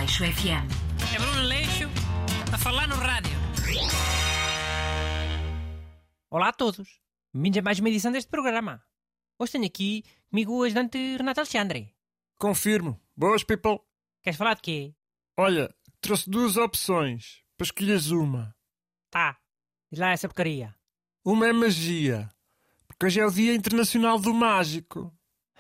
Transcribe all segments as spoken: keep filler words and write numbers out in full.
Aleixo F M. É Bruno Aleixo a falar no rádio. Olá a todos. Bem-vindos a mais uma edição deste programa. Hoje tenho aqui comigo o ajudante Renato Alexandre. Confirmo. Boas, people. Queres falar de quê? Olha, trouxe duas opções. Para escolheres uma. Tá. Diz lá essa porcaria. Uma é magia. Porque hoje é o Dia Internacional do Mágico.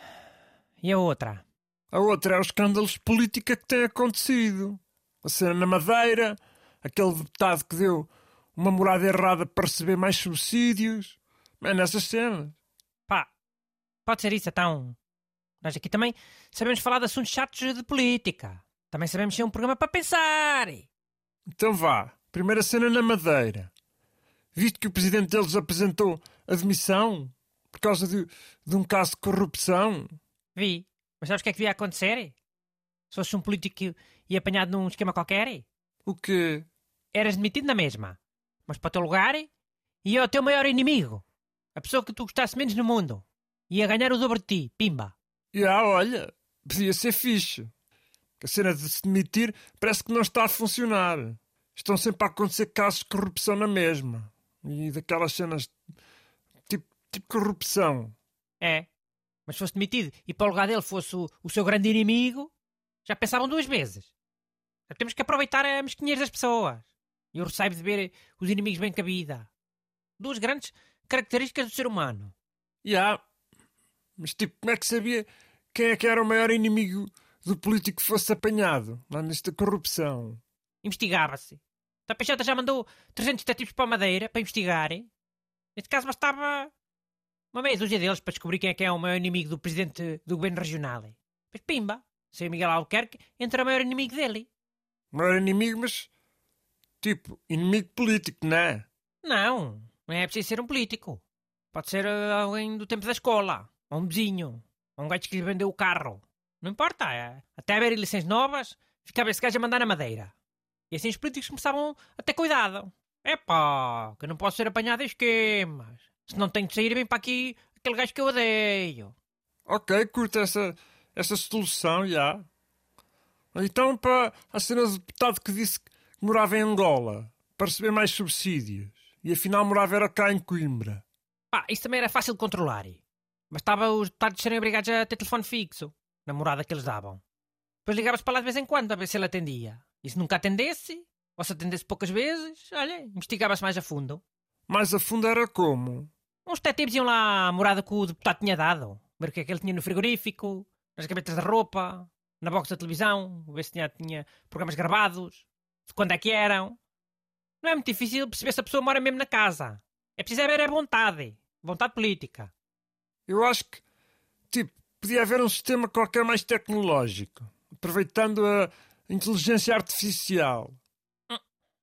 E a outra? A outra é os escândalos de política que têm acontecido. A cena na Madeira, aquele deputado que deu uma morada errada para receber mais subsídios. É nessas cenas. Pá, pode ser isso então. Nós aqui também sabemos falar de assuntos chatos de política. Também sabemos ser um programa para pensar. Então vá. Primeira cena na Madeira. Visto que o presidente deles apresentou a demissão por causa de, de um caso de corrupção. Vi. Mas sabes o que é que devia acontecer? Se fosse um político e apanhado num esquema qualquer, O quê? eras demitido na mesma. Mas para o teu lugar ia o teu maior inimigo. A pessoa que tu gostasse menos no mundo. Ia ganhar o dobro de ti. Pimba. E ah, olha, podia ser fixe. A cena de se demitir parece que não está a funcionar. Estão sempre a acontecer casos de corrupção na mesma. E daquelas cenas tipo, tipo corrupção. É. Mas se fosse demitido e para o lugar dele fosse o, o seu grande inimigo, já pensavam duas vezes. Já temos que aproveitar a mesquinhez das pessoas. E o receio de ver os inimigos bem cabida. Duas grandes características do ser humano. E ah, mas tipo, como é que sabia quem é que era o maior inimigo do político que fosse apanhado lá nesta corrupção? Investigava-se. A P J já mandou trezentos detetives para a Madeira para investigarem. Neste caso bastava uma meia dúzia deles para descobrir quem é que é o maior inimigo do presidente do governo regional. Mas pimba, sem Miguel Albuquerque, entra o maior inimigo dele. Maior inimigo, mas tipo, inimigo político, não é? Não, não é preciso ser um político. Pode ser uh, alguém do tempo da escola, ou um vizinho, ou um gajo que lhe vendeu o carro. Não importa, é. Até haver eleições novas, ficava esse gajo a mandar na Madeira. E assim os políticos começavam a ter cuidado. Epá, que eu não posso ser apanhado em esquemas. Se não tenho de sair bem para aqui aquele gajo que eu odeio. Ok, curto essa, essa solução, já. Então, para a cena do deputado que disse que morava em Angola para receber mais subsídios e afinal morava era cá em Coimbra. Pá, isso também era fácil de controlar. Bastava os deputados serem obrigados a ter telefone fixo, na morada que eles davam. Depois ligava-se para lá de vez em quando a ver se ele atendia. E se nunca atendesse, ou se atendesse poucas vezes, olha, investigava-se mais a fundo. Mais a fundo era como? Uns detetives iam lá à morada que o deputado tinha dado, ver o que é que ele tinha no frigorífico, nas gavetas da roupa, na box da televisão, ver se tinha, tinha programas gravados, de quando é que eram. Não é muito difícil perceber se a pessoa mora mesmo na casa. É preciso haver a vontade, vontade política. Eu acho que, tipo, podia haver um sistema qualquer mais tecnológico, aproveitando a inteligência artificial. Hum.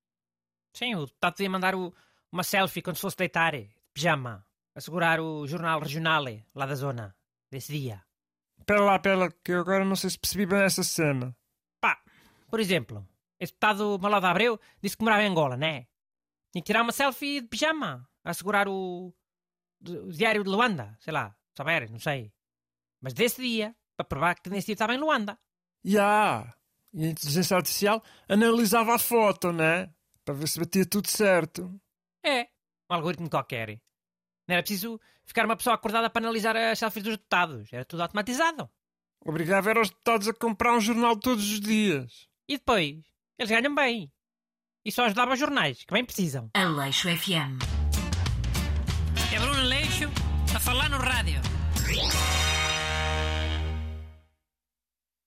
Sim, o deputado podia mandar o, uma selfie quando se fosse deitar, de pijama, a segurar o jornal regional lá da zona, desse dia. Espera lá, espera lá, que eu agora não sei se percebi bem essa cena. Pá, por exemplo, esse deputado Malado Abreu disse que morava em Angola, né? Tinha que tirar uma selfie de pijama, a segurar o, o diário de Luanda, sei lá, saber, não sei. Mas desse dia, para provar que nesse dia estava em Luanda. Ya! E a inteligência artificial analisava a foto, né? Para ver se batia tudo certo. É, um algoritmo qualquer. Não era preciso ficar uma pessoa acordada para analisar as selfies dos deputados. Era tudo automatizado. Obrigava era os deputados a comprar um jornal todos os dias. E depois, eles ganham bem. E só ajudava os jornais, que bem precisam. Aleixo F M. É Bruno Aleixo